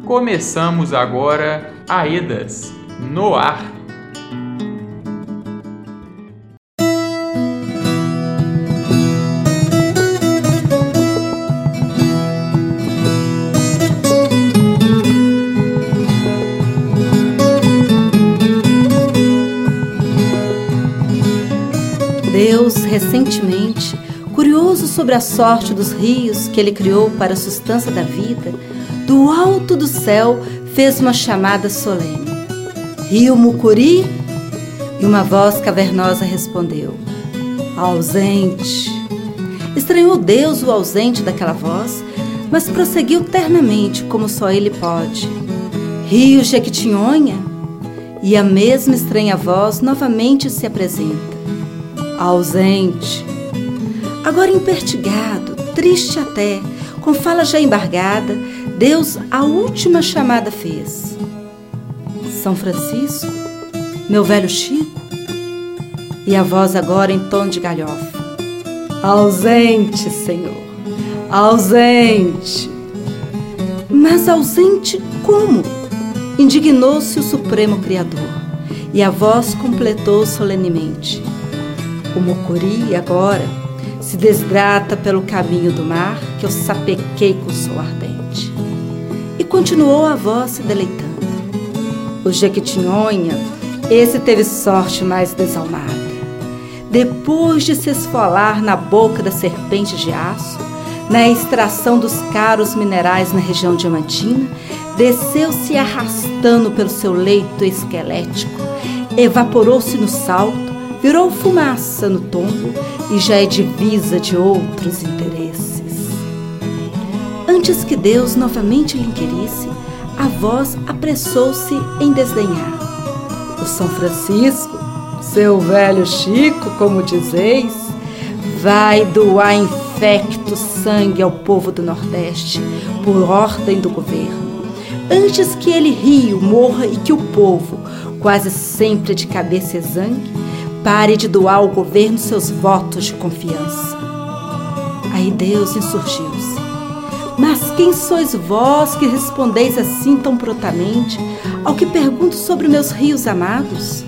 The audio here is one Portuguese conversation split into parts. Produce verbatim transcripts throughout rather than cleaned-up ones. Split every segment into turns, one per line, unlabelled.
Começamos agora Aedas no Ar.
Deus, recentemente, curioso sobre a sorte dos rios que Ele criou para a sustância da vida, do alto do céu fez uma chamada solene. Rio Mucuri? E uma voz cavernosa respondeu: ausente. Estranhou Deus o ausente daquela voz, mas prosseguiu ternamente, como só Ele pode. Rio Jequitinhonha? E a mesma estranha voz novamente se apresenta: ausente. Agora impertigado, triste até, com fala já embargada, Deus a última chamada fez: São Francisco, meu velho Chico? E a voz agora em tom de galhofa: ausente, Senhor, ausente. Mas ausente como? Indignou-se o Supremo Criador, e a voz completou solenemente: o Mucuri agora se desgrata pelo caminho do mar que eu sapequei com o sol ardente. E continuou a voz se deleitando: o Jequitinhonha, esse teve sorte mais desalmada. Depois de se esfolar na boca da serpente de aço, na extração dos caros minerais na região diamantina, desceu-se arrastando pelo seu leito esquelético, evaporou-se no salto, virou fumaça no tombo e já é divisa de outros interesses. Antes que Deus novamente lhe inquirisse, a voz apressou-se em desdenhar: o São Francisco, seu velho Chico, como dizeis, vai doar infecto sangue ao povo do Nordeste por ordem do governo, antes que ele rio morra e que o povo, quase sempre de cabeça exangue, pare de doar ao governo seus votos de confiança. Aí Deus insurgiu-se: mas quem sois vós que respondeis assim tão prontamente ao que pergunto sobre meus rios amados?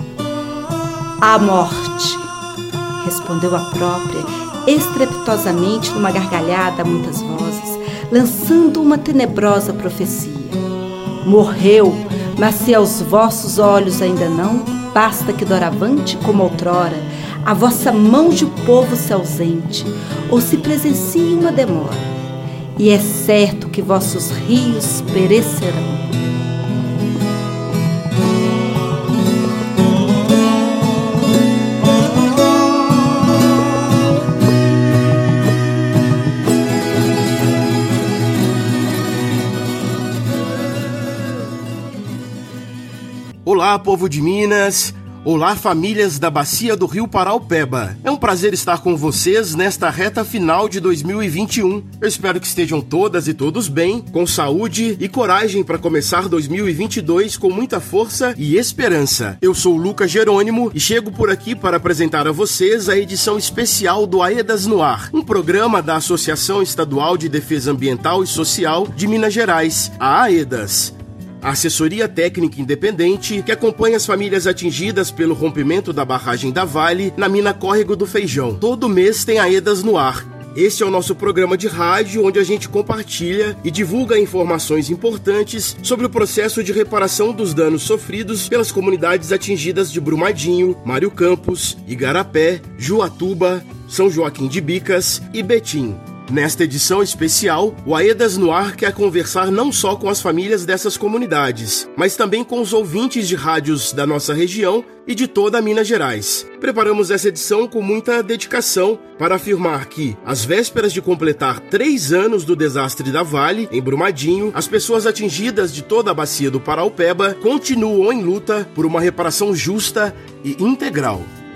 A morte, respondeu a própria, estrepitosamente numa gargalhada a muitas vozes, lançando uma tenebrosa profecia. Morreu, mas se aos vossos olhos ainda não, basta que doravante, como outrora, a vossa mão de povo se ausente, ou se presencie uma demora, e é certo que vossos rios perecerão.
Olá, povo de Minas! Olá, famílias da Bacia do Rio Paraupeba! É um prazer estar com vocês nesta reta final de dois mil e vinte e um. Eu espero que estejam todas e todos bem, com saúde e coragem para começar dois mil e vinte e dois com muita força e esperança. Eu sou o Lucas Jerônimo e chego por aqui para apresentar a vocês a edição especial do Aedas no Ar, um programa da Associação Estadual de Defesa Ambiental e Social de Minas Gerais, a Aedas. A assessoria técnica independente que acompanha as famílias atingidas pelo rompimento da barragem da Vale na mina Córrego do Feijão. Todo mês tem Aedas no Ar. Esse é o nosso programa de rádio onde a gente compartilha e divulga informações importantes sobre o processo de reparação dos danos sofridos pelas comunidades atingidas de Brumadinho, Mário Campos, Igarapé, Juatuba, São Joaquim de Bicas e Betim. Nesta edição especial, o Aedas no Ar quer conversar não só com as famílias dessas comunidades, mas também com os ouvintes de rádios da nossa região e de toda Minas Gerais. Preparamos essa edição com muita dedicação para afirmar que, às vésperas de completar três anos do desastre da Vale, em Brumadinho, as pessoas atingidas de toda a Bacia do Paraupeba continuam em luta por uma reparação justa e integral.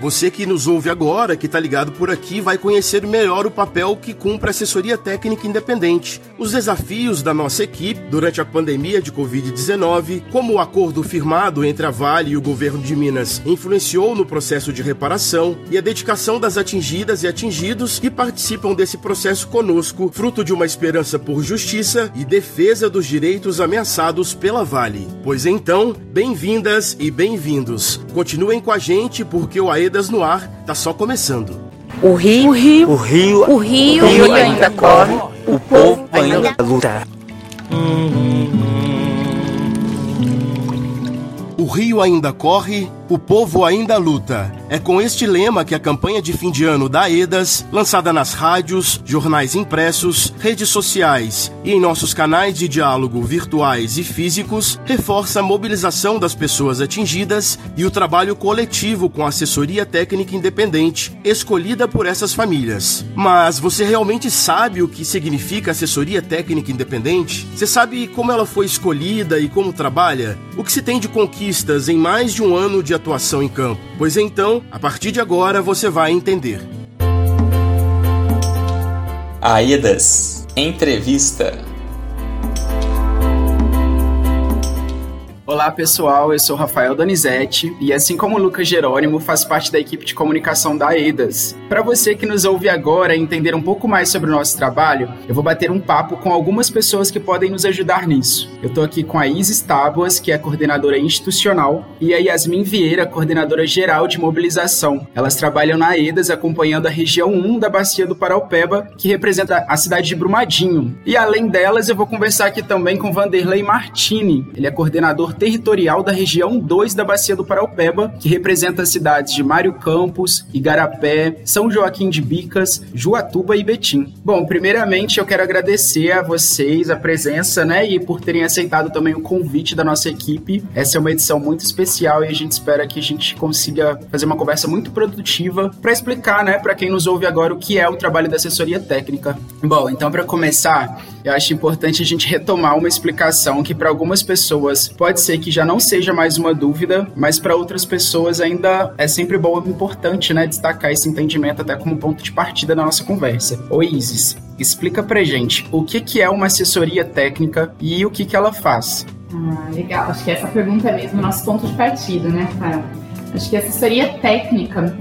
Você que nos ouve agora, que está ligado por aqui, vai conhecer melhor o papel que cumpre a assessoria técnica independente, os desafios da nossa equipe durante a pandemia de covid dezenove, como o acordo firmado entre a Vale e o governo de Minas influenciou no processo de reparação e a dedicação das atingidas e atingidos que participam desse processo conosco, fruto de uma esperança por justiça e defesa dos direitos ameaçados pela Vale. Pois então, bem-vindas e bem-vindos. Continuem com a gente porque o AEDAS no ar tá só começando.
O rio, o rio,
o rio,
o rio,
o rio ainda corre, o povo ainda luta.
O rio ainda corre, o povo ainda luta. É com este lema que a campanha de fim de ano da AEDAS, lançada nas rádios, jornais impressos, redes sociais e em nossos canais de diálogo virtuais e físicos, reforça a mobilização das pessoas atingidas e o trabalho coletivo com a assessoria técnica independente, escolhida por essas famílias. Mas você realmente sabe o que significa assessoria técnica independente? Você sabe como ela foi escolhida e como trabalha? O que se tem de conquistas em mais de um ano de atuação em campo? Pois então, a partir de agora você vai entender.
AEDAS Entrevista.
Olá pessoal, eu sou Rafael Donizete e assim como o Lucas Jerônimo, faço parte da equipe de comunicação da AEDAS. Para você que nos ouve agora e entender um pouco mais sobre o nosso trabalho, eu vou bater um papo com algumas pessoas que podem nos ajudar nisso. Eu estou aqui com a Isis Tábuas, que é a coordenadora institucional, e a Yasmin Vieira, coordenadora geral de mobilização. Elas trabalham na AEDAS acompanhando a região um da Bacia do Paraupeba, que representa a cidade de Brumadinho. E além delas, eu vou conversar aqui também com Vanderlei Martini. Ele é coordenador territorial da região dois da Bacia do Paraupeba, que representa as cidades de Mário Campos, Igarapé, São Joaquim de Bicas, Juatuba e Betim. Bom, primeiramente eu quero agradecer a vocês a presença, né, e por terem aceitado também o convite da nossa equipe. Essa é uma edição muito especial e a gente espera que a gente consiga fazer uma conversa muito produtiva para explicar, né, para quem nos ouve agora o que é o trabalho da assessoria técnica. Bom, então para começar, eu acho importante a gente retomar uma explicação que para algumas pessoas pode ser que já não seja mais uma dúvida, mas para outras pessoas ainda é sempre bom e importante, né, destacar esse entendimento até como ponto de partida da nossa conversa. Ô Isis, explica pra gente o que, que é uma assessoria técnica e o que, que ela faz.
Ah, legal. Acho que essa pergunta é mesmo o nosso ponto de partida, né, Rafael? Acho que a assessoria técnica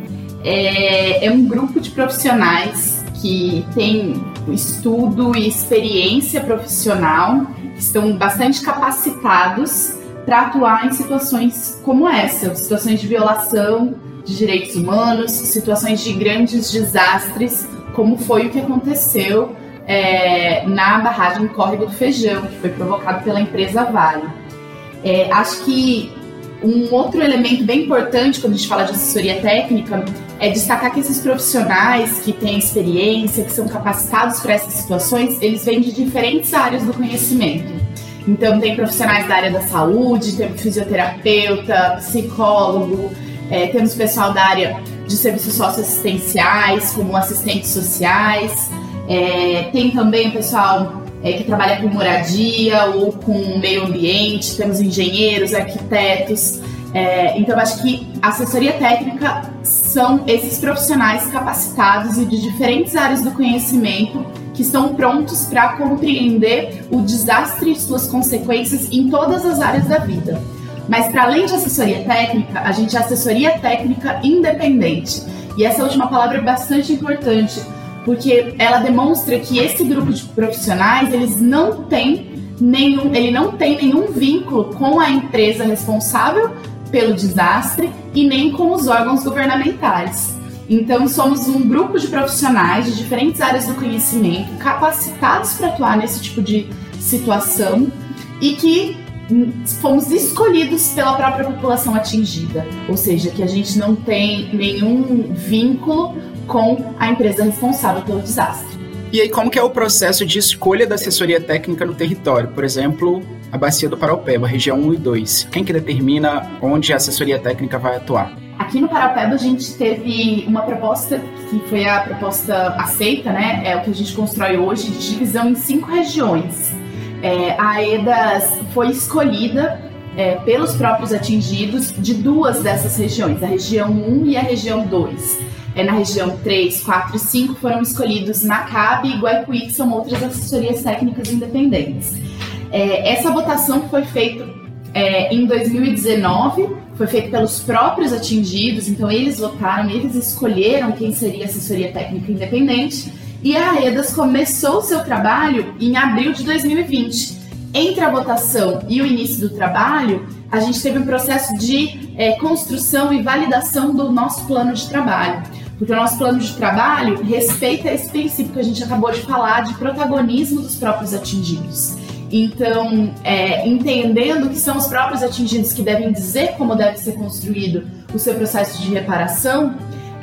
é, é um grupo de profissionais que tem estudo e experiência profissional, que estão bastante capacitados para atuar em situações como essa, situações de violação de direitos humanos, situações de grandes desastres, como foi o que aconteceu é, na barragem Córrego do Feijão, que foi provocado pela empresa Vale. É, acho que um outro elemento bem importante quando a gente fala de assessoria técnica é destacar que esses profissionais que têm experiência, que são capacitados para essas situações, eles vêm de diferentes áreas do conhecimento. Então, tem profissionais da área da saúde, temos fisioterapeuta, psicólogo, é, temos pessoal da área de serviços socioassistenciais, como assistentes sociais, é, tem também pessoal é, que trabalha com moradia ou com meio ambiente, temos engenheiros, arquitetos. É, então, acho que a assessoria técnica são esses profissionais capacitados e de diferentes áreas do conhecimento que estão prontos para compreender o desastre e suas consequências em todas as áreas da vida. Mas, para além de assessoria técnica, a gente é assessoria técnica independente. E essa última palavra é bastante importante, porque ela demonstra que esse grupo de profissionais, eles não têm nenhum, ele não tem nenhum vínculo com a empresa responsável pelo desastre e nem com os órgãos governamentais. Então, somos um grupo de profissionais de diferentes áreas do conhecimento, capacitados para atuar nesse tipo de situação e que fomos escolhidos pela própria população atingida. Ou seja, que a gente não tem nenhum vínculo com a empresa responsável pelo desastre.
E aí, como que é o processo de escolha da assessoria técnica no território? Por exemplo, a Bacia do Paraupeba, região um e dois. Quem que determina onde a assessoria técnica vai atuar?
Aqui no Paraupeba a gente teve uma proposta, que foi a proposta aceita, né? É o que a gente constrói hoje, de divisão em cinco regiões. É, a AEDAS foi escolhida é, pelos próprios atingidos de duas dessas regiões, a região um e a região dois. É, na região três, quatro e cinco foram escolhidos Maccabi e Guaicuí, que são outras assessorias técnicas independentes. É, essa votação foi feita é, em dois mil e dezenove, foi feita pelos próprios atingidos, então eles votaram, eles escolheram quem seria a assessoria técnica independente, e a AEDAS começou o seu trabalho em abril de dois mil e vinte. Entre a votação e o início do trabalho, a gente teve um processo de é, construção e validação do nosso plano de trabalho. Porque o nosso plano de trabalho respeita esse princípio que a gente acabou de falar de protagonismo dos próprios atingidos. Então, é, entendendo que são os próprios atingidos que devem dizer como deve ser construído o seu processo de reparação,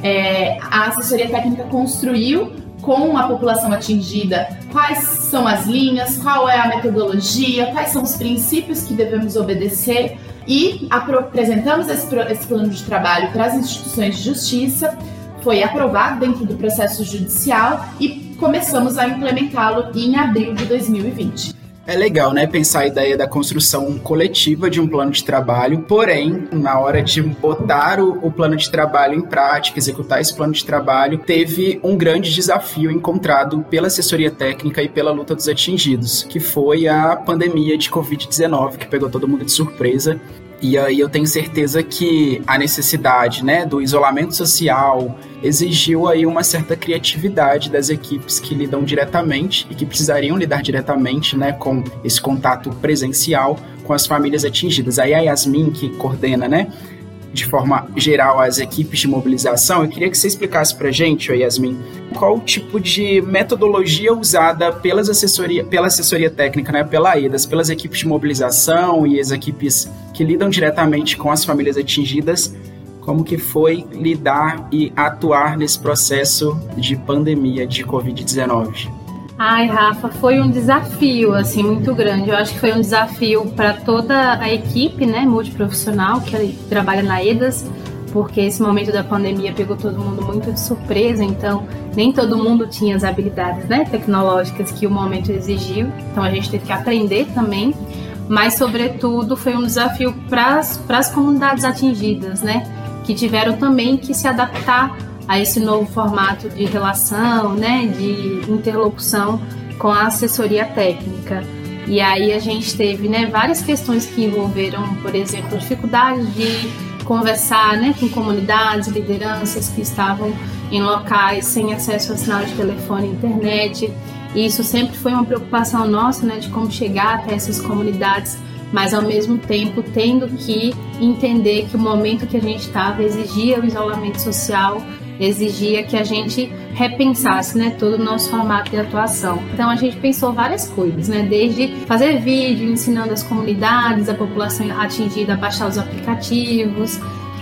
é, a assessoria técnica construiu com a população atingida quais são as linhas, qual é a metodologia, quais são os princípios que devemos obedecer e apresentamos esse, esse plano de trabalho para as instituições de justiça. Foi aprovado dentro do processo judicial e começamos a implementá-lo em abril de dois mil e vinte.
É legal, né, pensar a ideia da construção coletiva de um plano de trabalho, porém, na hora de botar o, o plano de trabalho em prática, executar esse plano de trabalho, teve um grande desafio encontrado pela assessoria técnica e pela luta dos atingidos, que foi a pandemia de covid dezenove, que pegou todo mundo de surpresa. E aí eu tenho certeza que a necessidade, né, do isolamento social exigiu aí uma certa criatividade das equipes que lidam diretamente e que precisariam lidar diretamente, né, com esse contato presencial com as famílias atingidas. Aí a Yasmin, que coordena, né, de forma geral as equipes de mobilização, eu queria que você explicasse pra gente, Yasmin, qual o tipo de metodologia usada pelas assessoria, pela assessoria técnica, né, pela AEDAS, pelas equipes de mobilização e as equipes que lidam diretamente com as famílias atingidas, como que foi lidar e atuar nesse processo de pandemia de covid dezenove?
Ai, Rafa, foi um desafio, assim, muito grande. Eu acho que foi um desafio para toda a equipe, né, multiprofissional que trabalha na AEDAS, porque esse momento da pandemia pegou todo mundo muito de surpresa, então nem todo mundo tinha as habilidades, né, tecnológicas que o momento exigiu, então a gente teve que aprender também, mas, sobretudo, foi um desafio para as comunidades atingidas, né, que tiveram também que se adaptar a esse novo formato de relação, né, de interlocução com a assessoria técnica. E aí a gente teve, né, várias questões que envolveram, por exemplo, dificuldades de conversar, né, com comunidades, lideranças que estavam em locais sem acesso a sinal de telefone e internet. E isso sempre foi uma preocupação nossa, né, de como chegar até essas comunidades, mas ao mesmo tempo tendo que entender que o momento que a gente estava exigia o isolamento social, exigia que a gente repensasse, né, todo o nosso formato de atuação. Então a gente pensou várias coisas, né, desde fazer vídeo ensinando as comunidades, a população atingida a baixar os aplicativos,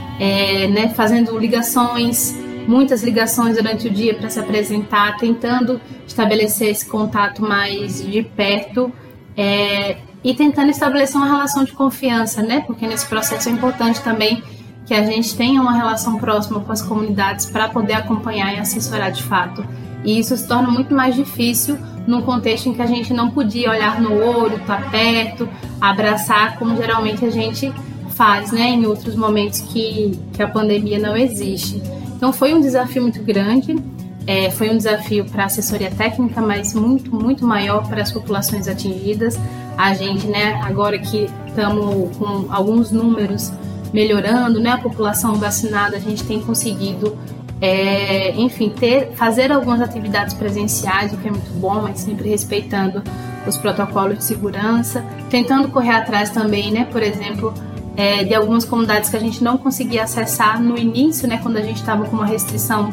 é, né, fazendo ligações, muitas ligações durante o dia para se apresentar, tentando estabelecer esse contato mais de perto, é, e tentando estabelecer uma relação de confiança, né, porque nesse processo é importante também que a gente tenha uma relação próxima com as comunidades para poder acompanhar e assessorar de fato. E isso se torna muito mais difícil num contexto em que a gente não podia olhar no olho, estar perto, abraçar, como geralmente a gente faz, né, em outros momentos que, que a pandemia não existe. Então foi um desafio muito grande, é, foi um desafio para a assessoria técnica, mas muito, muito maior para as populações atingidas. A gente, né, agora que estamos com alguns números melhorando, né, a população vacinada, a gente tem conseguido, é, enfim, ter, fazer algumas atividades presenciais, o que é muito bom, mas sempre respeitando os protocolos de segurança, tentando correr atrás também, né, por exemplo, é, de algumas comunidades que a gente não conseguia acessar no início, né, quando a gente estava com uma restrição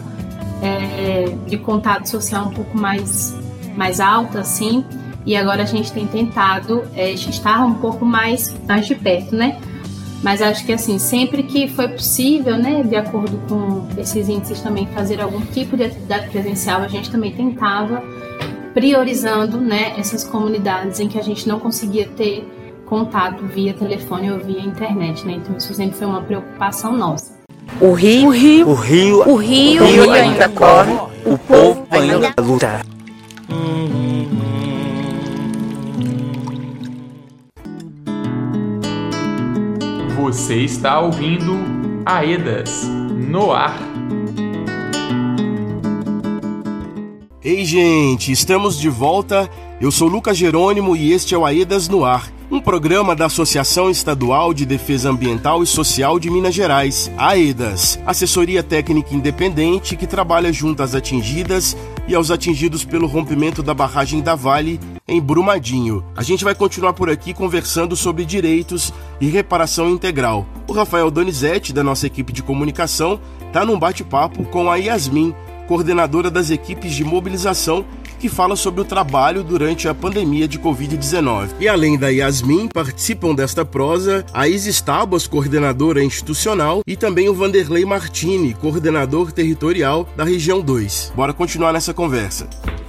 é, de contato social um pouco mais, mais alta, assim, e agora a gente tem tentado é, estar um pouco mais, mais de perto, né. Mas acho que, assim, sempre que foi possível, né, de acordo com esses índices também, fazer algum tipo de atividade presencial, a gente também tentava, priorizando, né, essas comunidades em que a gente não conseguia ter contato via telefone ou via internet, né? Então isso sempre foi uma preocupação nossa.
O rio, o rio, o rio, o rio, o rio ainda corre, o povo ainda luta.
Você está ouvindo AEDAS no ar.
Ei, gente, estamos de volta. Eu sou Lucas Jerônimo e este é o AEDAS no ar, um programa da Associação Estadual de Defesa Ambiental e Social de Minas Gerais, AEDAS, assessoria técnica independente que trabalha junto às atingidas e aos atingidos pelo rompimento da barragem da Vale em Brumadinho. A gente vai continuar por aqui conversando sobre direitos e reparação integral. O Rafael Donizete, da nossa equipe de comunicação, está num bate-papo com a Yasmin, coordenadora das equipes de mobilização, que fala sobre o trabalho durante a pandemia de covid dezenove. E além da Yasmin, participam desta prosa a Isis Tábuas, coordenadora institucional, e também o Vanderlei Martini, coordenador territorial da região dois. Bora continuar nessa conversa.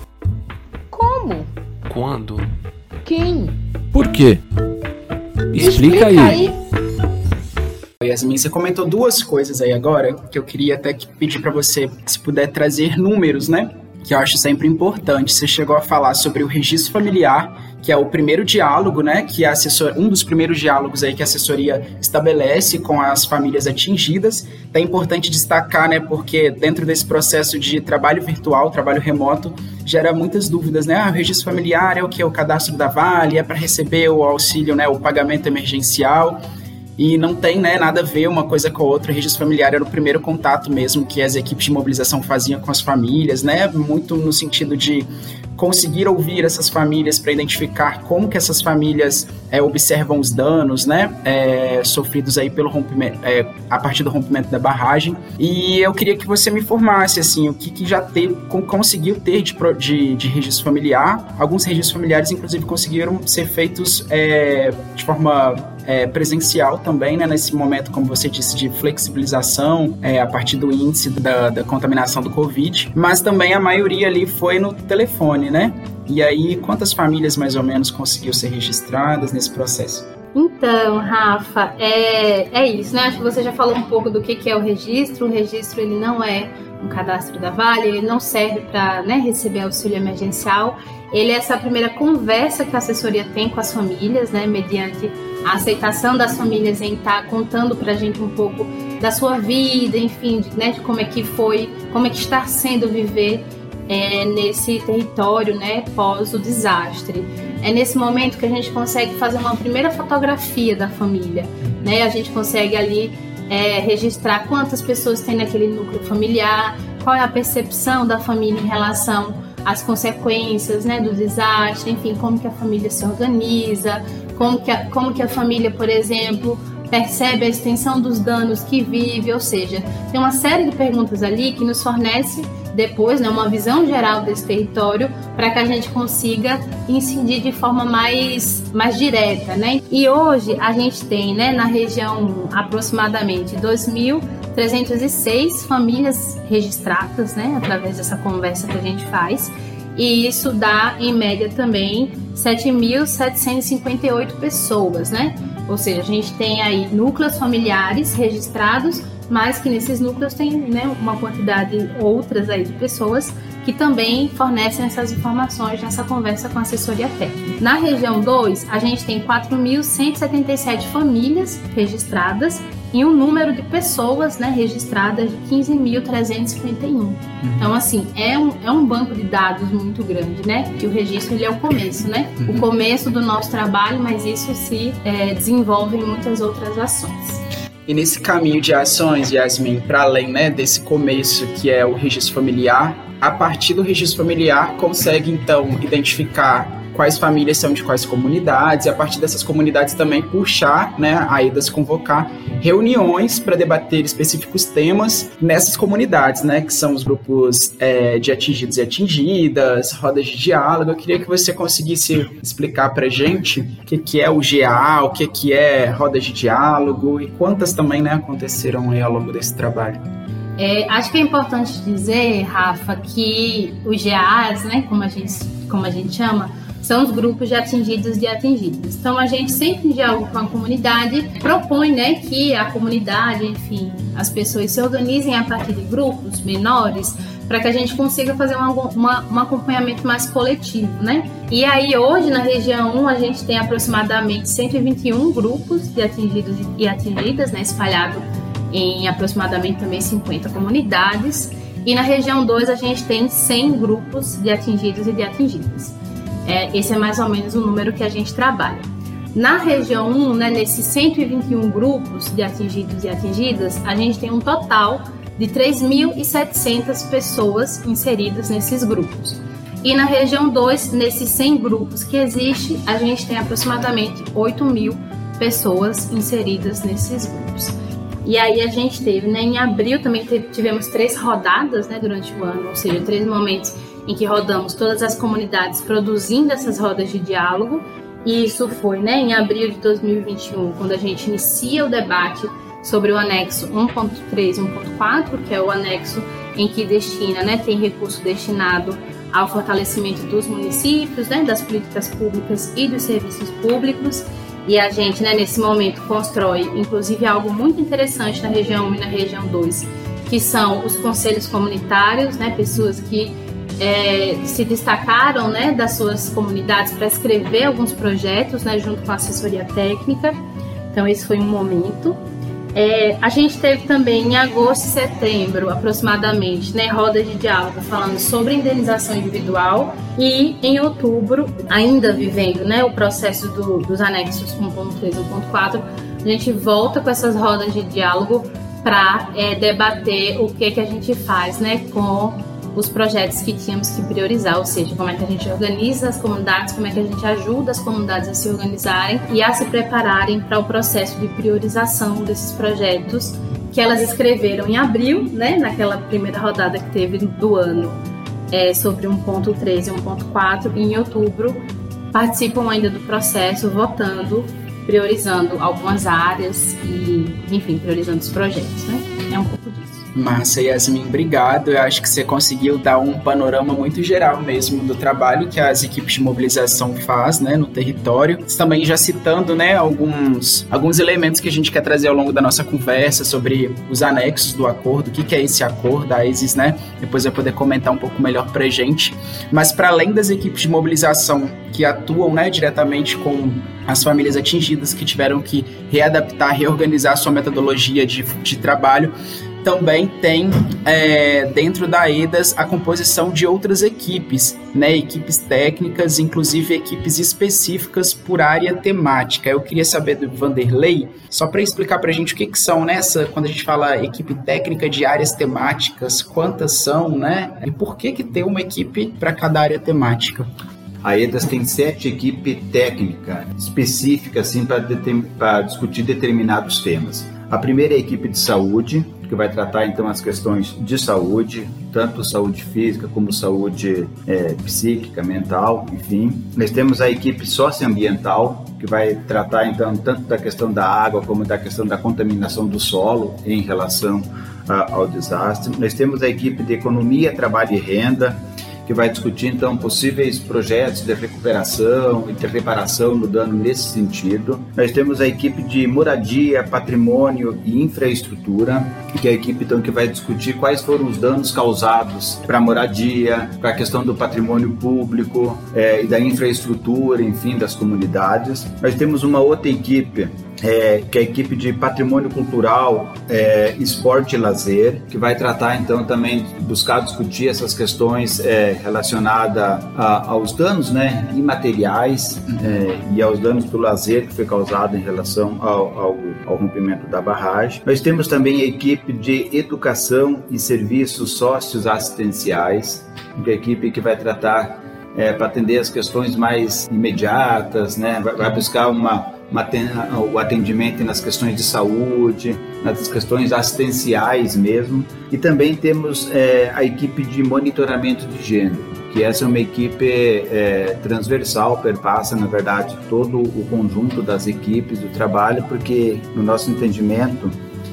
Como?
Quando?
Quem?
Por quê? Explica, Explica aí. aí.
Yasmin, você comentou duas coisas aí agora, que eu queria até que pedir para você, se puder trazer números, né? Que eu acho sempre importante. Você chegou a falar sobre o registro familiar, que é o primeiro diálogo, né? Que a assessor... um dos primeiros diálogos aí que a assessoria estabelece com as famílias atingidas. É importante destacar, né? Porque dentro desse processo de trabalho virtual, trabalho remoto, gera muitas dúvidas, né? Ah, o registro familiar é o que? O cadastro da Vale, é para receber o auxílio, né? O pagamento emergencial. E não tem, né, nada a ver uma coisa com a outra. O registro familiar era o primeiro contato mesmo que as equipes de mobilização faziam com as famílias, né? Muito no sentido de conseguir ouvir essas famílias para identificar como que essas famílias é, observam os danos, né, é, sofridos aí pelo rompimento, é, a partir do rompimento da barragem. E eu queria que você me informasse, assim, o que, que já teve, conseguiu ter de, de, de registro familiar. Alguns registros familiares, inclusive, conseguiram ser feitos é, de forma É, presencial também, né, nesse momento, como você disse, de flexibilização é, a partir do índice da, da contaminação do Covid, mas também a maioria ali foi no telefone, né? E aí, quantas famílias mais ou menos conseguiu ser registradas nesse processo?
Então, Rafa, é, é isso, né? Acho que você já falou um pouco do que, que é o registro. O registro, ele não é um cadastro da Vale, ele não serve para, né, receber auxílio emergencial. Ele é essa primeira conversa que a assessoria tem com as famílias, né, mediante a aceitação das famílias em estar contando para a gente um pouco da sua vida, enfim, de, né, de como é que foi, como é que está sendo viver é, nesse território, né, pós o desastre. É nesse momento que a gente consegue fazer uma primeira fotografia da família, né? A gente consegue ali é, registrar quantas pessoas tem naquele núcleo familiar, qual é a percepção da família em relação às consequências, né, do desastre, enfim, como que a família se organiza, como que a, como que a família, por exemplo, percebe a extensão dos danos que vive, ou seja, tem uma série de perguntas ali que nos fornece depois, né, uma visão geral desse território para que a gente consiga incidir de forma mais, mais direta, né? E hoje a gente tem, né, na região aproximadamente dois mil trezentas e seis famílias registradas, né, através dessa conversa que a gente faz, e isso dá em média também sete mil setecentas e cinquenta e oito pessoas, né? Ou seja, a gente tem aí núcleos familiares registrados, mas que nesses núcleos tem, né, uma quantidade outras aí de pessoas que também fornecem essas informações nessa conversa com a assessoria técnica. Na região dois, a gente tem quatro mil cento e setenta e sete famílias registradas e um número de pessoas, né, registradas de quinze mil trezentos e cinquenta e um. Então, assim, é um, é um banco de dados muito grande, né? Que o registro, ele é o começo, né? O começo do nosso trabalho, mas isso se é, desenvolve em muitas outras ações.
E nesse caminho de ações, Yasmin, para além, né, desse começo que é o registro familiar, a partir do registro familiar consegue, então, identificar quais famílias são de quais comunidades, e a partir dessas comunidades também puxar, né, a AEDAS convocar reuniões para debater específicos temas nessas comunidades, né, que são os grupos é, de atingidos e atingidas, rodas de diálogo. Eu queria que você conseguisse explicar para a gente o que, que é o G A, o que, que é rodas de diálogo e quantas também, né, aconteceram aí ao longo desse trabalho.
É, acho que é importante dizer, Rafa, que os G As, né, como a gente, como a gente chama, são os grupos de atingidos e atingidas. Então, a gente sempre, em diálogo com a comunidade, propõe, né, que a comunidade, enfim, as pessoas se organizem a partir de grupos menores para que a gente consiga fazer uma, uma, um acompanhamento mais coletivo, né? E aí hoje na região um a gente tem aproximadamente cento e vinte e um grupos de atingidos e atingidas, né, espalhado em aproximadamente também cinquenta comunidades, e na região dois a gente tem cem grupos de atingidos e de atingidas. É, esse é mais ou menos o número que a gente trabalha. Na região um, né, nesses cento e vinte e um grupos de atingidos e atingidas, a gente tem um total de três mil e setecentas pessoas inseridas nesses grupos. E na região dois, nesses cem grupos que existe, a gente tem aproximadamente oito mil pessoas inseridas nesses grupos. E aí a gente teve, né, em abril também tivemos três rodadas, né, durante o ano, ou seja, três momentos em que rodamos todas as comunidades produzindo essas rodas de diálogo. E isso foi, né, em abril de dois mil e vinte e um, quando a gente inicia o debate sobre o anexo um ponto três e um ponto quatro, que é o anexo em que destina, né, tem recurso destinado ao fortalecimento dos municípios, né, das políticas públicas e dos serviços públicos. E a gente, né, nesse momento constrói, inclusive, algo muito interessante na região um e na região dois, que são os conselhos comunitários, né, pessoas que é, se destacaram, né, das suas comunidades para escrever alguns projetos, né, junto com a assessoria técnica. Então, esse foi um momento. É, a gente teve também em agosto e setembro, aproximadamente, né, rodas de diálogo falando sobre indenização individual, e em outubro, ainda vivendo, né, o processo do, dos anexos um ponto três e um ponto quatro, a gente volta com essas rodas de diálogo para é, debater o que, que a gente faz, né, com os projetos que tínhamos que priorizar, ou seja, como é que a gente organiza as comunidades, como é que a gente ajuda as comunidades a se organizarem e a se prepararem para o processo de priorização desses projetos que elas escreveram em abril, né, naquela primeira rodada que teve do ano, é, sobre um ponto três e um ponto quatro, e em outubro participam ainda do processo, votando, priorizando algumas áreas e, enfim, priorizando os projetos, né? É um pouco disso.
Massa, Yasmin, obrigado. Eu acho que você conseguiu dar um panorama muito geral mesmo do trabalho que as equipes de mobilização faz, né, no território. Também já citando, né, alguns, alguns elementos que a gente quer trazer ao longo da nossa conversa sobre os anexos do acordo, o que, que é esse acordo, a Isis, né, depois vai poder comentar um pouco melhor pra gente. Mas para além das equipes de mobilização que atuam, né, diretamente com as famílias atingidas que tiveram que readaptar, reorganizar a sua metodologia de, de trabalho, também tem é, dentro da EDAS a composição de outras equipes, né, equipes técnicas, inclusive equipes específicas por área temática. Eu queria saber do Vanderlei, só para explicar para a gente o que, que são nessa, quando a gente fala equipe técnica de áreas temáticas, quantas são, né, e por que que tem uma equipe para cada área temática?
A EDAS tem sete equipes técnicas específicas assim, para discutir determinados temas. A primeira é a equipe de saúde, que vai tratar então as questões de saúde, tanto saúde física como saúde é, psíquica, mental, enfim. Nós temos a equipe socioambiental, que vai tratar então tanto da questão da água como da questão da contaminação do solo em relação a, ao desastre. Nós temos a equipe de economia, trabalho e renda, que vai discutir, então, possíveis projetos de recuperação e de reparação no dano nesse sentido. Nós temos a equipe de moradia, patrimônio e infraestrutura, que é a equipe, então, que vai discutir quais foram os danos causados para a moradia, para a questão do patrimônio público é, e da infraestrutura, enfim, das comunidades. Nós temos uma outra equipe, É, que é a equipe de patrimônio cultural, é, esporte e lazer, que vai tratar então também, buscar discutir essas questões é, relacionadas a, aos danos, né, imateriais é, e aos danos do lazer que foi causado em relação ao, ao, ao rompimento da barragem. Nós temos também a equipe de educação e serviços socioassistenciais, que é a equipe que vai tratar é, para atender as questões mais imediatas, né, vai, vai buscar uma o atendimento nas questões de saúde, nas questões assistenciais mesmo. E também temos é, a equipe de monitoramento de gênero, que essa é uma equipe é, transversal, perpassa, na verdade, todo o conjunto das equipes do trabalho, porque, no nosso entendimento,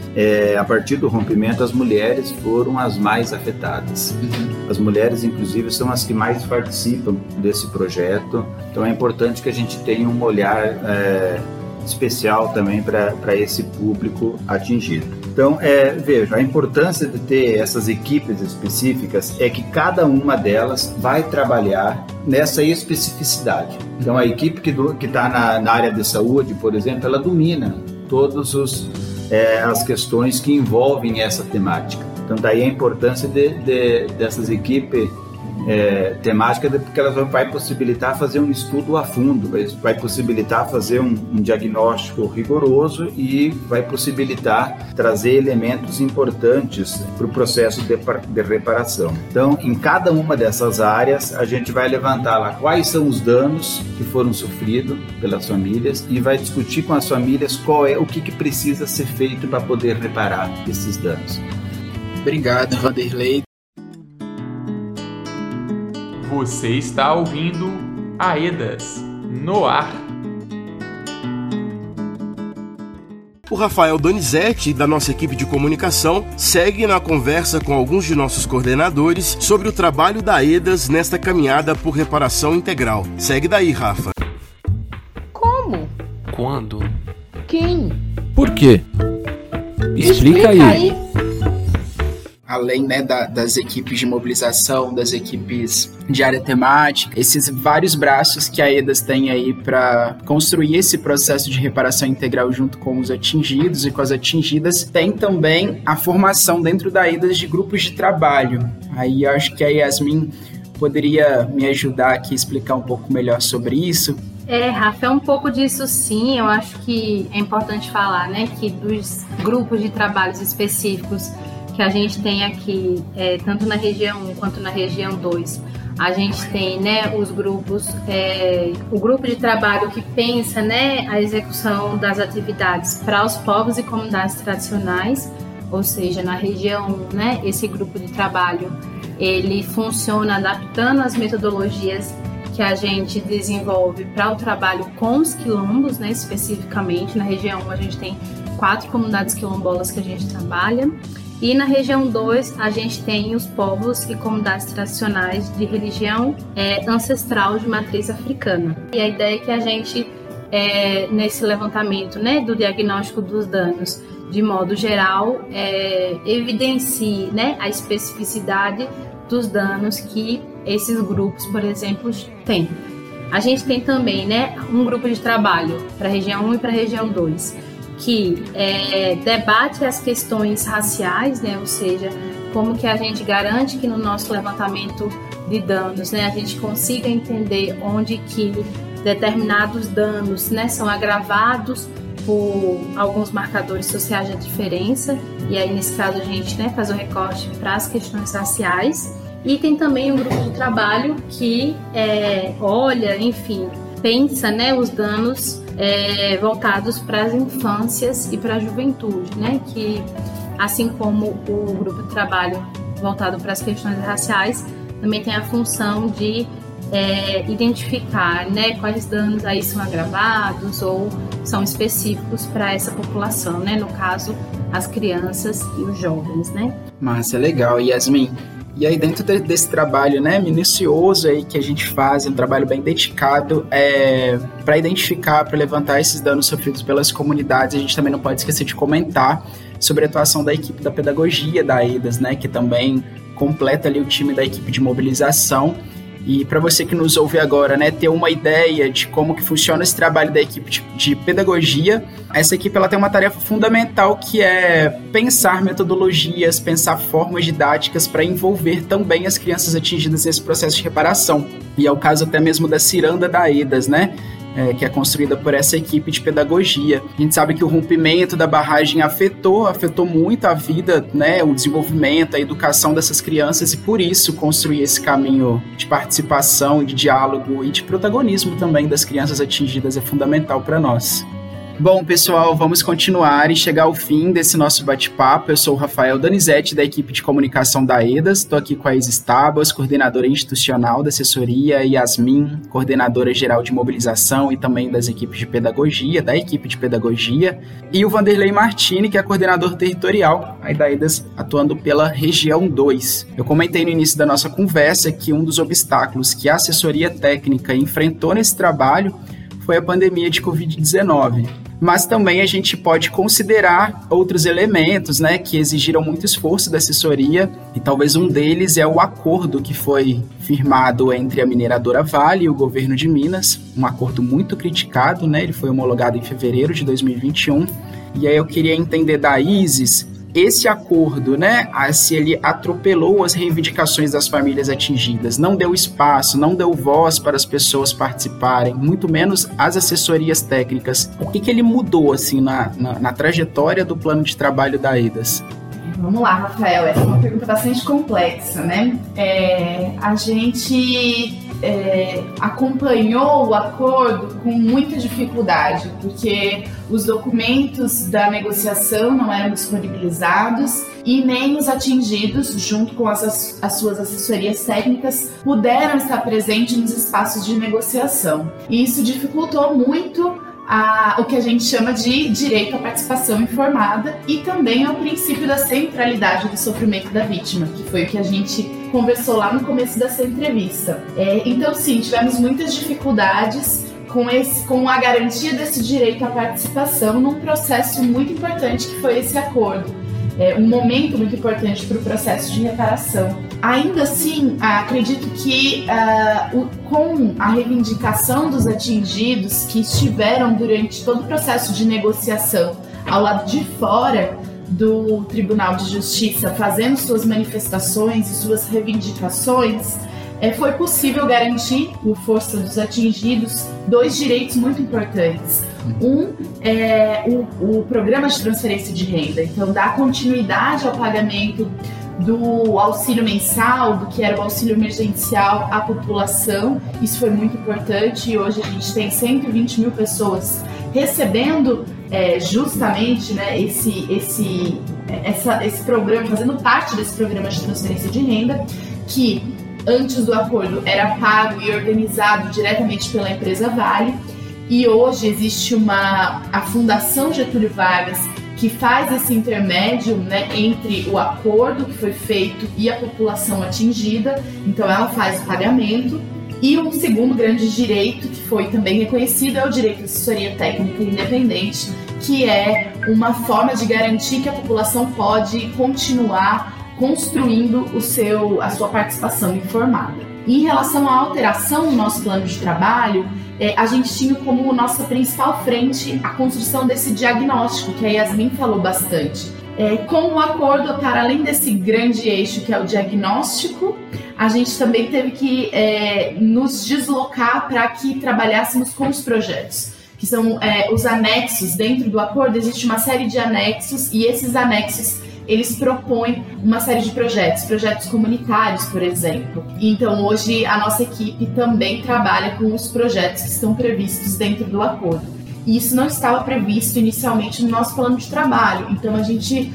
É, a partir do rompimento, as mulheres foram as mais afetadas. As mulheres, inclusive, são as que mais participam desse projeto. Então, é importante que a gente tenha um olhar é, especial também para esse público atingido. Então, é, veja, a importância de ter essas equipes específicas é que cada uma delas vai trabalhar nessa especificidade. Então, a equipe que está na, na área de saúde, por exemplo, ela domina todas é, as questões que envolvem essa temática. Então, daí a importância de, de, dessas equipes É, temática, porque ela vai possibilitar fazer um estudo a fundo, vai, vai possibilitar fazer um, um diagnóstico rigoroso e vai possibilitar trazer elementos importantes para o processo de, de reparação. Então, em cada uma dessas áreas, a gente vai levantar lá quais são os danos que foram sofridos pelas famílias e vai discutir com as famílias qual é o que, que precisa ser feito para poder reparar esses danos.
Obrigado, Vanderlei.
Você está ouvindo AEDAS no ar.
O Rafael Donizete, da nossa equipe de comunicação, segue na conversa com alguns de nossos coordenadores sobre o trabalho da AEDAS nesta caminhada por reparação integral. Segue daí, Rafa.
Como?
Quando?
Quem?
Por quê? Explica, Explica aí. aí.
Além, né, da, das equipes de mobilização, das equipes de área temática, esses vários braços que a AEDAS tem aí para construir esse processo de reparação integral junto com os atingidos e com as atingidas, tem também a formação dentro da AEDAS de grupos de trabalho. Aí eu acho que a Yasmin poderia me ajudar aqui a explicar um pouco melhor sobre isso.
É, Rafa, é um pouco disso sim. Eu acho que é importante falar, né, que dos grupos de trabalhos específicos que a gente tem aqui, é, tanto na região um quanto na região dois, a gente tem, né, os grupos, é, o grupo de trabalho que pensa, né, a execução das atividades para os povos e comunidades tradicionais, ou seja, na região um, né, esse grupo de trabalho, ele funciona adaptando as metodologias que a gente desenvolve para o trabalho com os quilombos, né, especificamente. Na região um a gente tem quatro comunidades quilombolas que a gente trabalha. E na região dois, a gente tem os povos e comunidades tradicionais de religião é, ancestral de matriz africana. E a ideia é que a gente, é, nesse levantamento, né, do diagnóstico dos danos, de modo geral, é, evidencie, né, a especificidade dos danos que esses grupos, por exemplo, têm. A gente tem também, né, um grupo de trabalho para a região um e para a região dois, que é, debate as questões raciais, né? Ou seja, como que a gente garante que no nosso levantamento de danos, né, a gente consiga entender onde que determinados danos, né, são agravados por alguns marcadores sociais de diferença, e aí nesse caso a gente, né, faz o recorte para as questões raciais. E tem também um grupo de trabalho que é, olha, enfim, pensa, né, os danos É, voltados para as infâncias e para a juventude, né? Que, assim como o grupo de trabalho voltado para as questões raciais, também tem a função de é, identificar, né, quais danos aí são agravados ou são específicos para essa população, né? No caso, as crianças e os jovens, né?
Massa, legal. Yasmin, e aí dentro de, desse trabalho, né, minucioso aí que a gente faz, um trabalho bem dedicado é, para identificar, para levantar esses danos sofridos pelas comunidades, a gente também não pode esquecer de comentar sobre a atuação da equipe da pedagogia da AEDAS, né, que também completa ali o time da equipe de mobilização. E para você que nos ouve agora, né, ter uma ideia de como que funciona esse trabalho da equipe de, de pedagogia, essa equipe ela tem uma tarefa fundamental que é pensar metodologias, pensar formas didáticas para envolver também as crianças atingidas nesse processo de reparação. E é o caso até mesmo da ciranda da AEDAS, né? É, que é construída por essa equipe de pedagogia. A gente sabe que o rompimento da barragem afetou, afetou muito a vida, né, o desenvolvimento, a educação dessas crianças, e por isso construir esse caminho de participação, de diálogo e de protagonismo também das crianças atingidas é fundamental para nós. Bom, pessoal, vamos continuar e chegar ao fim desse nosso bate-papo. Eu sou o Rafael Donizete, da equipe de comunicação da AEDAS. Estou aqui com a Isis Tabas, coordenadora institucional da assessoria, e Yasmin, coordenadora geral de mobilização e também das equipes de pedagogia, da equipe de pedagogia, e o Vanderlei Martini, que é coordenador territorial aí da AEDAS, atuando pela região dois. Eu comentei no início da nossa conversa que um dos obstáculos que a assessoria técnica enfrentou nesse trabalho foi a pandemia de covid dezenove. Mas também a gente pode considerar outros elementos, né, que exigiram muito esforço da assessoria, e talvez um deles é o acordo que foi firmado entre a mineradora Vale e o governo de Minas, um acordo muito criticado, né, ele foi homologado em fevereiro de dois mil e vinte e um, e aí eu queria entender da Isis, esse acordo, né, se ele atropelou as reivindicações das famílias atingidas, não deu espaço, não deu voz para as pessoas participarem, muito menos as assessorias técnicas. O que, que ele mudou, assim, na, na, na trajetória do plano de trabalho da EDAS?
Vamos lá, Rafael, essa é uma pergunta bastante complexa, né? É, a gente é, acompanhou o acordo com muita dificuldade, porque os documentos da negociação não eram disponibilizados e nem os atingidos, junto com as, as suas assessorias técnicas, puderam estar presentes nos espaços de negociação. E isso dificultou muito A, o que a gente chama de direito à participação informada e também ao princípio da centralidade do sofrimento da vítima, que foi o que a gente conversou lá no começo dessa entrevista. É, então, sim, tivemos muitas dificuldades com, esse, com a garantia desse direito à participação num processo muito importante que foi esse acordo. É um momento muito importante para o processo de reparação. Ainda assim, acredito que uh, o, com a reivindicação dos atingidos que estiveram durante todo o processo de negociação ao lado de fora do Tribunal de Justiça, fazendo suas manifestações e suas reivindicações, é, foi possível garantir, por força dos atingidos, dois direitos muito importantes. Um é o, o programa de transferência de renda, então dá continuidade ao pagamento do auxílio mensal, do que era o auxílio emergencial à população. Isso foi muito importante e hoje a gente tem cento e vinte mil pessoas recebendo é, justamente, né, esse, esse, essa, esse programa, fazendo parte desse programa de transferência de renda, que antes do acordo era pago e organizado diretamente pela empresa Vale. E hoje existe uma, a Fundação Getúlio Vargas, que faz esse intermédio, né, entre o acordo que foi feito e a população atingida. Então ela faz o pagamento. E um segundo grande direito, que foi também reconhecido, é o direito à assessoria técnica independente, que é uma forma de garantir que a população pode continuar construindo o seu, a sua participação informada. Em relação à alteração no nosso plano de trabalho, é, a gente tinha como nossa principal frente a construção desse diagnóstico, que a Yasmin falou bastante. É, com o acordo, para além desse grande eixo que é o diagnóstico, a gente também teve que é, nos deslocar para que trabalhássemos com os projetos, que são é, os anexos. Dentro do acordo existe uma série de anexos e esses anexos eles propõem uma série de projetos, projetos comunitários, por exemplo. Então, hoje, a nossa equipe também trabalha com os projetos que estão previstos dentro do acordo. E isso não estava previsto inicialmente no nosso plano de trabalho. Então, a gente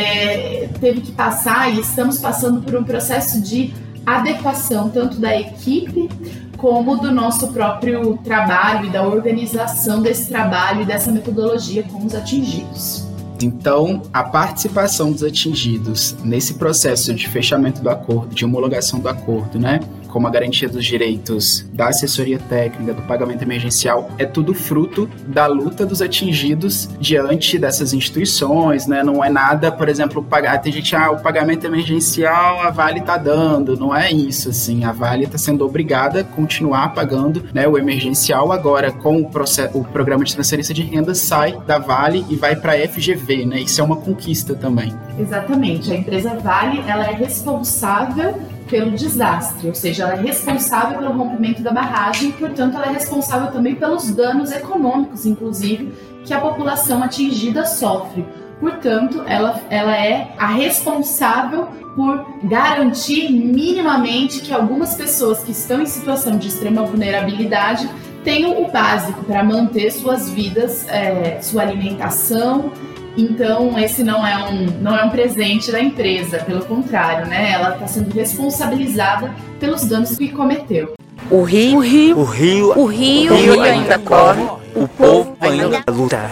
é, teve que passar e estamos passando por um processo de adequação, tanto da equipe como do nosso próprio trabalho e da organização desse trabalho e dessa metodologia com os atingidos.
Então, a participação dos atingidos nesse processo de fechamento do acordo, de homologação do acordo, né, como a garantia dos direitos da assessoria técnica, do pagamento emergencial, é tudo fruto da luta dos atingidos diante dessas instituições, né? Não é nada, por exemplo, pagar, tem gente, ah, o pagamento emergencial a Vale está dando, não é isso, assim, a Vale está sendo obrigada a continuar pagando, né, o emergencial. Agora, com o, processo, o programa de transferência de renda, sai da Vale e vai para a F G V, né? Isso é uma conquista também.
Exatamente, a empresa Vale, ela é responsável pelo desastre, ou seja, ela é responsável pelo rompimento da barragem e, portanto, ela é responsável também pelos danos econômicos, inclusive, que a população atingida sofre. Portanto, ela, ela é a responsável por garantir minimamente que algumas pessoas que estão em situação de extrema vulnerabilidade tenham o básico para manter suas vidas, é, sua alimentação. Então, esse não é, um, não é um presente da empresa, pelo contrário, né? Ela está sendo responsabilizada pelos danos que cometeu.
O rio, o rio, o rio, o rio, o rio ainda corre, o povo ainda luta.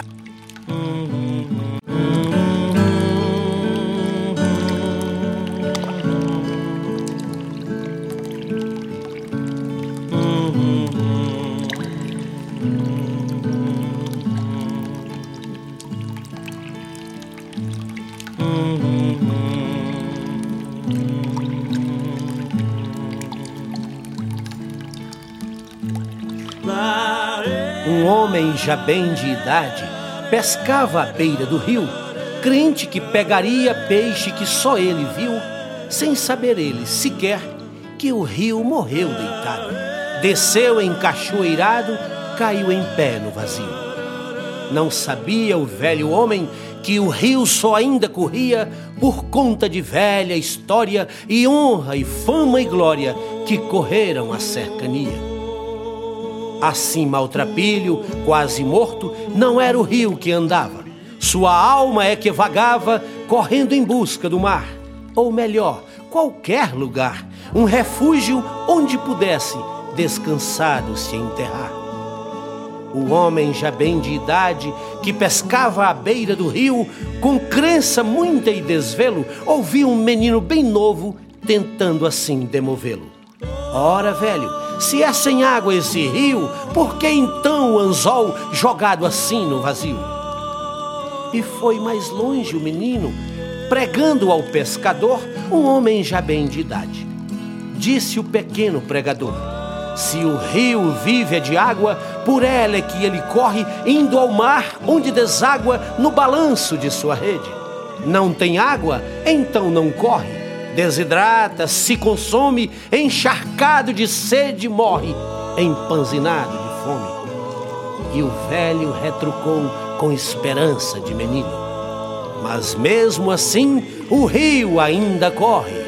Um homem já bem de idade pescava à beira do rio, crente que pegaria peixe que só ele viu, sem saber ele sequer que o rio morreu deitado. Desceu encachoeirado, caiu em pé no vazio. Não sabia o velho homem que o rio só ainda corria por conta de velha história e honra e fama e glória que correram a cercania. Assim maltrapilho, quase morto, não era o rio que andava. Sua alma é que vagava, correndo em busca do mar. Ou melhor, qualquer lugar, um refúgio onde pudesse descansado se enterrar. O homem já bem de idade, que pescava à beira do rio, com crença muita e desvelo, ouvia um menino bem novo, tentando assim demovê-lo. Ora, velho, se é sem água esse rio, por que então o anzol jogado assim no vazio? E foi mais longe o menino, pregando ao pescador, um homem já bem de idade. Disse o pequeno pregador: se o rio vive é de água, por ela é que ele corre, indo ao mar, onde deságua no balanço de sua rede. Não tem água, então não corre. Desidrata, se consome, encharcado de sede morre, empanzinado de fome. E o velho retrucou com esperança de menino: mas mesmo assim o rio ainda corre.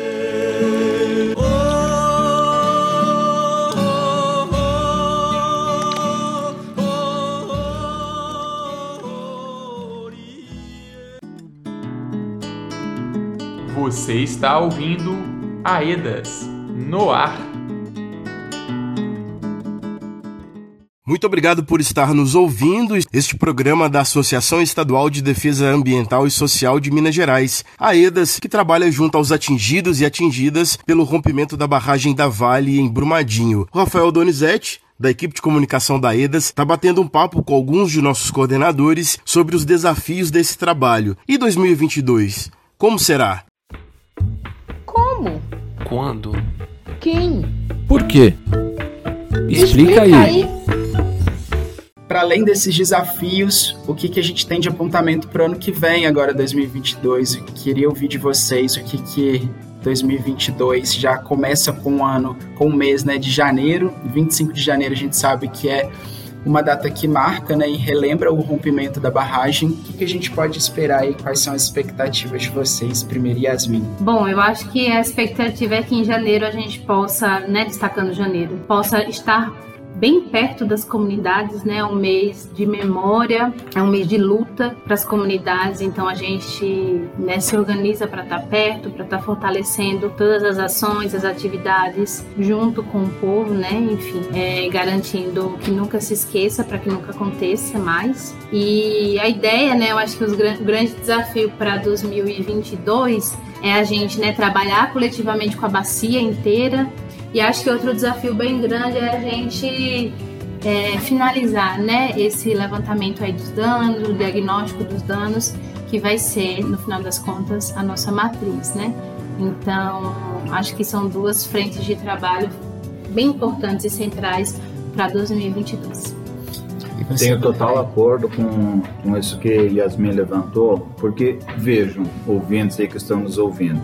Você está ouvindo Aedas no ar.
Muito obrigado por estar nos ouvindo. Este programa da Associação Estadual de Defesa Ambiental e Social de Minas Gerais, Aedas, que trabalha junto aos atingidos e atingidas pelo rompimento da barragem da Vale em Brumadinho. O Rafael Donizete, da equipe de comunicação da Aedas, está batendo um papo com alguns de nossos coordenadores sobre os desafios desse trabalho. E dois mil e vinte e dois, como será?
Como?
Quando?
Quem?
Por quê? Explica, Explica aí. aí.
Para além desses desafios, o que, que a gente tem de apontamento para o ano que vem, agora dois mil e vinte e dois? Eu queria ouvir de vocês o que, que dois mil e vinte e dois já começa com o ano, com o mês, né, de janeiro. vinte e cinco de janeiro a gente sabe que é uma data que marca, né, e relembra o rompimento da barragem. O que, que a gente pode esperar aí? Quais são as expectativas de vocês? Primeiro, Yasmin.
Bom, eu acho que a expectativa é que em janeiro a gente possa, né, destacando janeiro, possa estar bem perto das comunidades, né? É um mês de memória, é um mês de luta para as comunidades, então a gente, né, se organiza para estar perto, para estar fortalecendo todas as ações, as atividades junto com o povo, né? Enfim, é, garantindo que nunca se esqueça, para que nunca aconteça mais. E a ideia, né? Eu acho que os, o grande desafio para dois mil e vinte e dois é a gente, né, trabalhar coletivamente com a bacia inteira. E acho que outro desafio bem grande é a gente é, finalizar, né, esse levantamento aí dos danos, o diagnóstico dos danos, que vai ser, no final das contas, a nossa matriz, né? Então, acho que são duas frentes de trabalho bem importantes e centrais para dois mil e vinte e dois.
Tenho total acordo com, com isso que Yasmin levantou, porque vejam, ouvintes aí que estão nos ouvindo,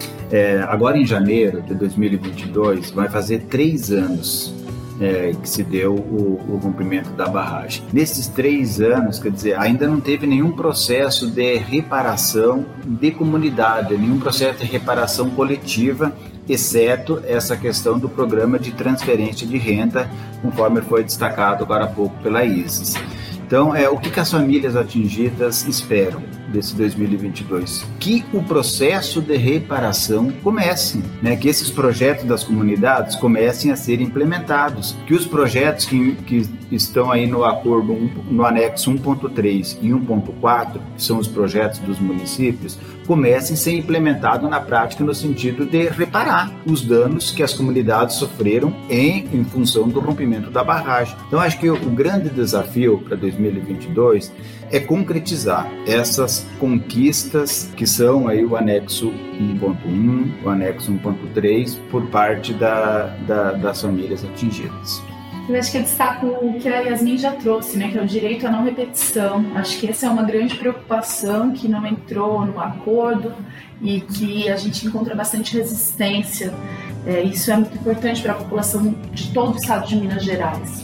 É, agora em janeiro de dois mil e vinte e dois vai fazer três anos é, que se deu o, o rompimento da barragem. Nesses três anos, quer dizer, ainda não teve nenhum processo de reparação de comunidade, nenhum processo de reparação coletiva, exceto essa questão do programa de transferência de renda, conforme foi destacado agora há pouco pela Isis. Então, é, o que, que as famílias atingidas esperam desse dois mil e vinte e dois? Que o processo de reparação comece, né? Que esses projetos das comunidades comecem a ser implementados, que os projetos que, que estão aí no acordo, um, no anexo um ponto três e um ponto quatro, que são os projetos dos municípios, comecem a ser implementados na prática no sentido de reparar os danos que as comunidades sofreram em, em função do rompimento da barragem. Então, acho que o, o grande desafio para dois mil e vinte e dois é concretizar essas conquistas que são aí o anexo um ponto um, o anexo um ponto três, por parte da, da, das famílias atingidas.
Eu acho que eu destaco o que a Yasmin já trouxe, né, que é o direito à não repetição. Acho que essa é uma grande preocupação que não entrou no acordo e que a gente encontra bastante resistência. É, isso é muito importante para a população de todo o estado de Minas Gerais.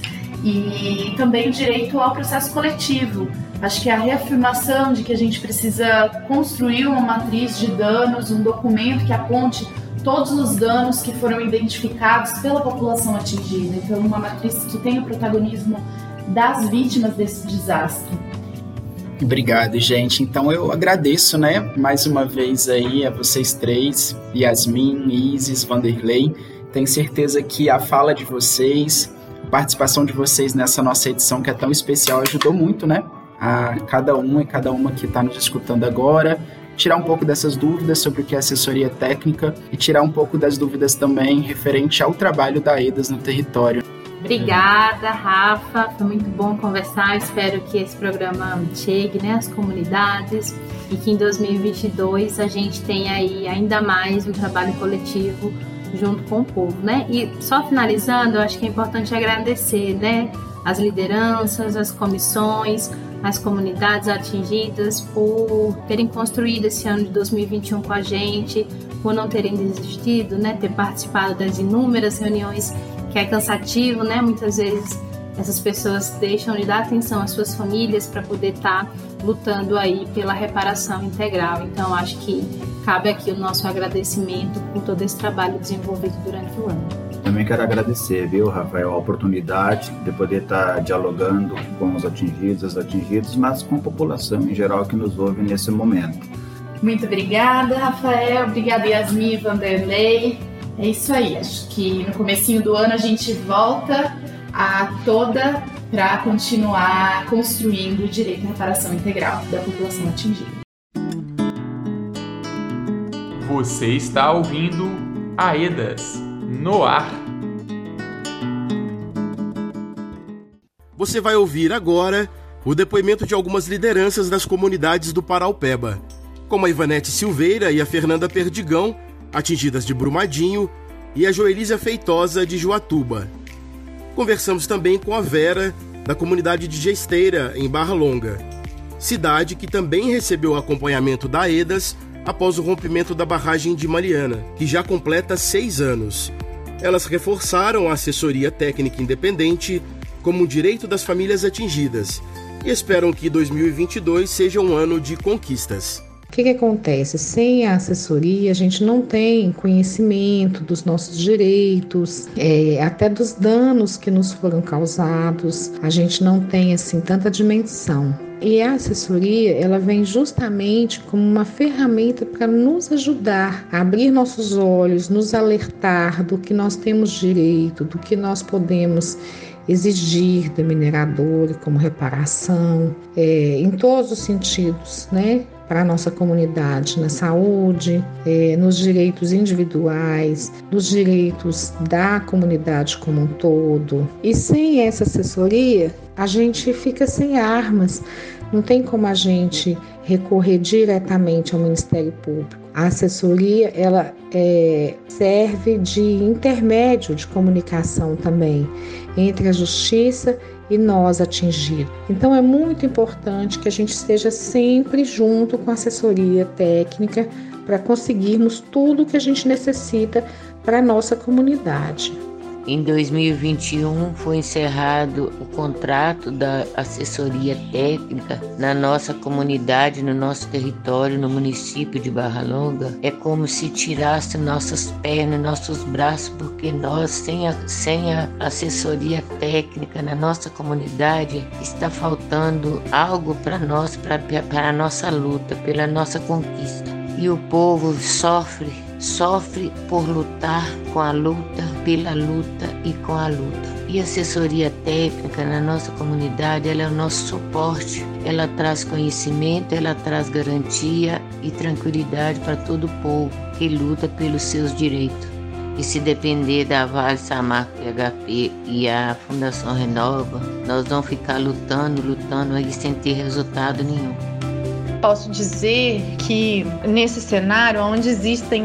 E também o direito ao processo coletivo. Acho que a reafirmação de que a gente precisa construir uma matriz de danos, um documento que aponte todos os danos que foram identificados pela população atingida. Então, uma matriz que tenha o protagonismo das vítimas desse desastre.
Obrigado, gente. Então, eu agradeço, né, mais uma vez aí a vocês três, Yasmin, Isis, Vanderlei. Tenho certeza que a fala de vocês, a participação de vocês nessa nossa edição que é tão especial ajudou muito, né, a cada um e cada uma que está nos escutando agora, tirar um pouco dessas dúvidas sobre o que é assessoria técnica e tirar um pouco das dúvidas também referente ao trabalho da EDAS no território.
Obrigada, Rafa, foi muito bom conversar, espero que esse programa chegue, né, às comunidades e que em dois mil e vinte e dois a gente tenha aí ainda mais um trabalho coletivo junto com o povo, né? E só finalizando, eu acho que é importante agradecer, né, as lideranças, as comissões, as comunidades atingidas por terem construído esse ano de dois mil e vinte e um com a gente, por não terem desistido, né, ter participado das inúmeras reuniões, que é cansativo, né, muitas vezes essas pessoas deixam de dar atenção às suas famílias para poder estar tá lutando aí pela reparação integral. Então, acho que cabe aqui o nosso agradecimento por todo esse trabalho desenvolvido durante o ano.
Também quero agradecer, viu, Rafael, a oportunidade de poder estar dialogando com os atingidos, as atingidas, mas com a população em geral que nos ouve nesse momento.
Muito obrigada, Rafael. Obrigada, Yasmin e Vanderlei. É isso aí. Acho que no comecinho do ano a gente volta a toda para continuar construindo o direito à reparação integral da população atingida.
Você está ouvindo AEDAS no ar.
Você vai ouvir agora o depoimento de algumas lideranças das comunidades do Paraupeba, como a Ivanete Silveira e a Fernanda Perdigão, atingidas de Brumadinho, e a Joelísia Feitosa de Juatuba. Conversamos também com a Vera, da comunidade de Gesteira, em Barra Longa, cidade que também recebeu acompanhamento da EDAS após o rompimento da barragem de Mariana, que já completa seis anos. Elas reforçaram a assessoria técnica independente como um direito das famílias atingidas e esperam que dois mil e vinte e dois seja um ano de conquistas.
O que, que acontece? Sem a assessoria, a gente não tem conhecimento dos nossos direitos, é, até dos danos que nos foram causados. A gente não tem assim tanta dimensão. E a assessoria, ela vem justamente como uma ferramenta para nos ajudar a abrir nossos olhos, nos alertar do que nós temos direito, do que nós podemos exigir do minerador como reparação, é, em todos os sentidos, né? Para a nossa comunidade, na saúde, é, nos direitos individuais, nos direitos da comunidade como um todo. E sem essa assessoria, a gente fica sem armas. Não tem como a gente recorrer diretamente ao Ministério Público. A assessoria, ela é, serve de intermédio de comunicação também entre a Justiça e nós atingidos. Então é muito importante que a gente esteja sempre junto com a assessoria técnica para conseguirmos tudo o que a gente necessita para a nossa comunidade.
Em dois mil e vinte e um foi encerrado o contrato da assessoria técnica na nossa comunidade, no nosso território, no município de Barra Longa. É como se tirasse nossas pernas, nossos braços, porque nós, sem a, sem a assessoria técnica na nossa comunidade, está faltando algo para nós, para a nossa luta, pela nossa conquista. E o povo sofre, sofre por lutar com a luta, pela luta e com a luta. E a assessoria técnica na nossa comunidade, ela é o nosso suporte. Ela traz conhecimento, ela traz garantia e tranquilidade para todo o povo que luta pelos seus direitos. E se depender da Vale, Samarco, P H P e a Fundação Renova, nós vamos ficar lutando, lutando aí sem ter resultado nenhum.
Posso dizer que nesse cenário onde existem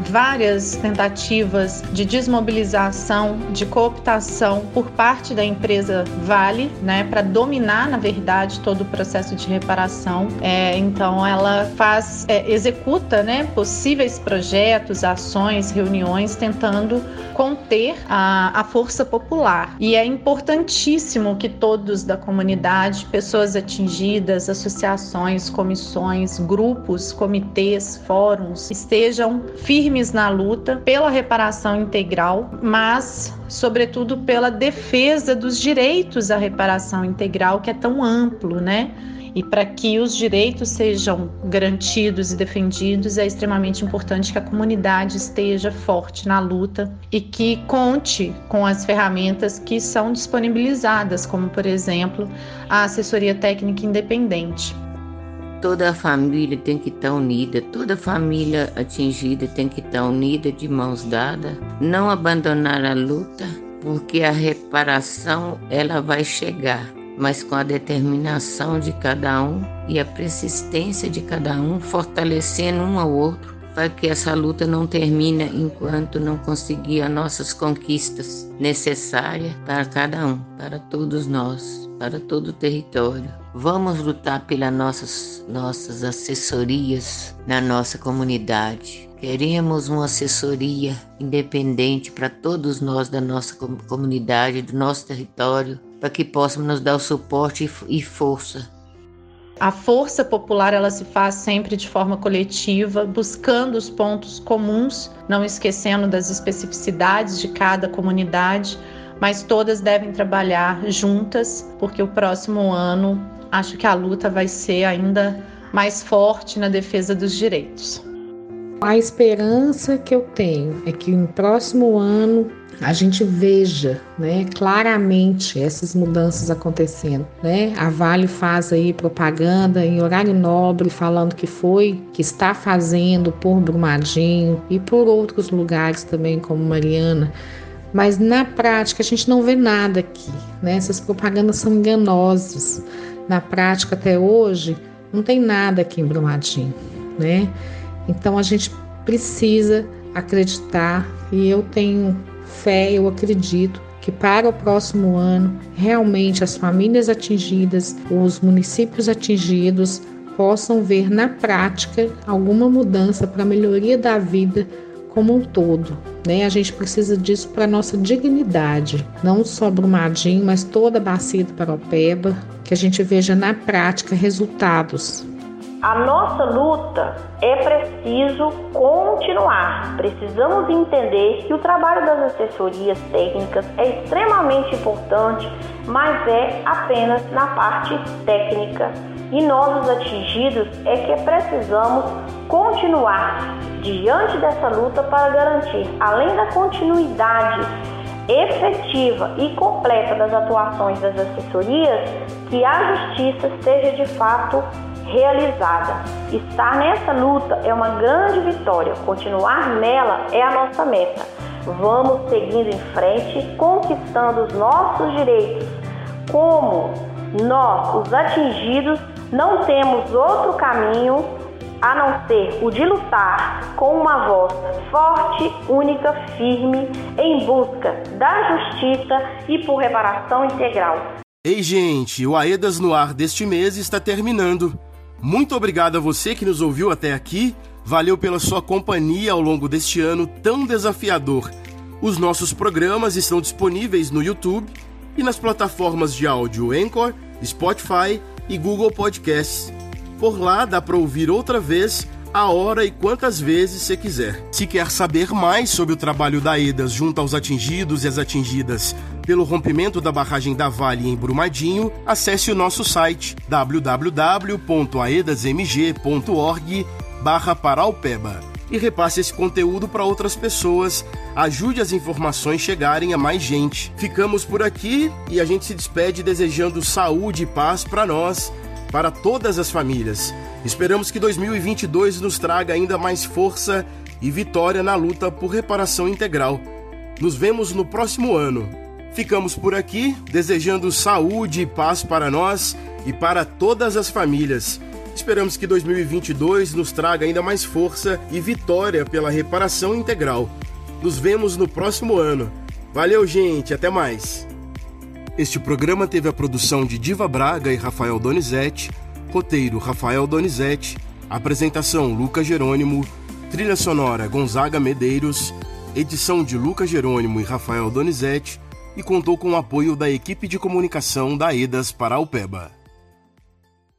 várias tentativas de desmobilização, de cooptação por parte da empresa Vale, né, para dominar, na verdade, todo o processo de reparação. É, então, ela faz, é, executa, né, possíveis projetos, ações, reuniões, tentando conter a, a força popular. E é importantíssimo que todos da comunidade, pessoas atingidas, associações, comissões, grupos, comitês, fóruns, estejam firmes na luta pela reparação integral, mas, sobretudo, pela defesa dos direitos à reparação integral, que é tão amplo, né? E para que os direitos sejam garantidos e defendidos, é extremamente importante que a comunidade esteja forte na luta e que conte com as ferramentas que são disponibilizadas, como, por exemplo, a assessoria técnica independente.
Toda a família tem que estar unida, toda a família atingida tem que estar unida, de mãos dadas, não abandonar a luta, porque a reparação ela vai chegar, mas com a determinação de cada um e a persistência de cada um, fortalecendo um ao outro, para que essa luta não termine enquanto não conseguir as nossas conquistas necessárias para cada um, para todos nós, para todo o território. Vamos lutar pelas nossas, nossas assessorias na nossa comunidade. Queremos uma assessoria independente para todos nós da nossa comunidade, do nosso território, para que possam nos dar o suporte e força.
A força popular ela se faz sempre de forma coletiva, buscando os pontos comuns, não esquecendo das especificidades de cada comunidade, mas todas devem trabalhar juntas, porque o próximo ano acho que a luta vai ser ainda mais forte na defesa dos direitos.
A esperança que eu tenho é que no próximo ano a gente veja, né, claramente essas mudanças acontecendo, né? A Vale faz aí propaganda em horário nobre falando que foi, que está fazendo por Brumadinho e por outros lugares também, como Mariana, mas na prática a gente não vê nada aqui, né? Essas propagandas são enganosas. Na prática, até hoje, não tem nada aqui em Brumadinho, né? Então a gente precisa acreditar, e eu tenho fé, eu acredito que para o próximo ano, realmente as famílias atingidas, os municípios atingidos possam ver na prática alguma mudança para a melhoria da vida como um todo, né? A gente precisa disso para a nossa dignidade, não só Brumadinho, mas toda a bacia do Paraupeba, que a gente veja na prática resultados.
A nossa luta é preciso continuar. Precisamos entender que o trabalho das assessorias técnicas é extremamente importante, mas é apenas na parte técnica. E nós, os atingidos, é que precisamos continuar diante dessa luta para garantir, além da continuidade efetiva e completa das atuações das assessorias, que a justiça seja de fato realizada. Estar nessa luta é uma grande vitória, continuar nela é a nossa meta. Vamos seguindo em frente, conquistando os nossos direitos. Como nós, os atingidos, não temos outro caminho a não ser o de lutar com uma voz forte, única, firme, em busca da justiça e por reparação integral.
Ei, gente, o Aedas no Ar deste mês está terminando. Muito obrigado a você que nos ouviu até aqui. Valeu pela sua companhia ao longo deste ano tão desafiador. Os nossos programas estão disponíveis no YouTube e nas plataformas de áudio Anchor, Spotify e Google Podcasts. Por lá dá para ouvir outra vez, a hora e quantas vezes você quiser. Se quer saber mais sobre o trabalho da Aedas junto aos atingidos e as atingidas pelo rompimento da barragem da Vale em Brumadinho, acesse o nosso site w w w ponto aedasmg ponto org barra Paraupeba e repasse esse conteúdo para outras pessoas. Ajude as informações chegarem a mais gente. Ficamos por aqui e a gente se despede desejando saúde e paz para nós, para todas as famílias. Esperamos que dois mil e vinte e dois nos traga ainda mais força e vitória na luta por reparação integral. Nos vemos no próximo ano. Ficamos por aqui desejando saúde e paz para nós e para todas as famílias. Esperamos que dois mil e vinte e dois nos traga ainda mais força e vitória pela reparação integral. Nos vemos no próximo ano. Valeu, gente, até mais. Este programa teve a produção de Diva Braga e Rafael Donizete, roteiro Rafael Donizete, apresentação Lucas Jerônimo, trilha sonora Gonzaga Medeiros, edição de Lucas Jerônimo e Rafael Donizete, e contou com o apoio da equipe de comunicação da Edas Paraupeba.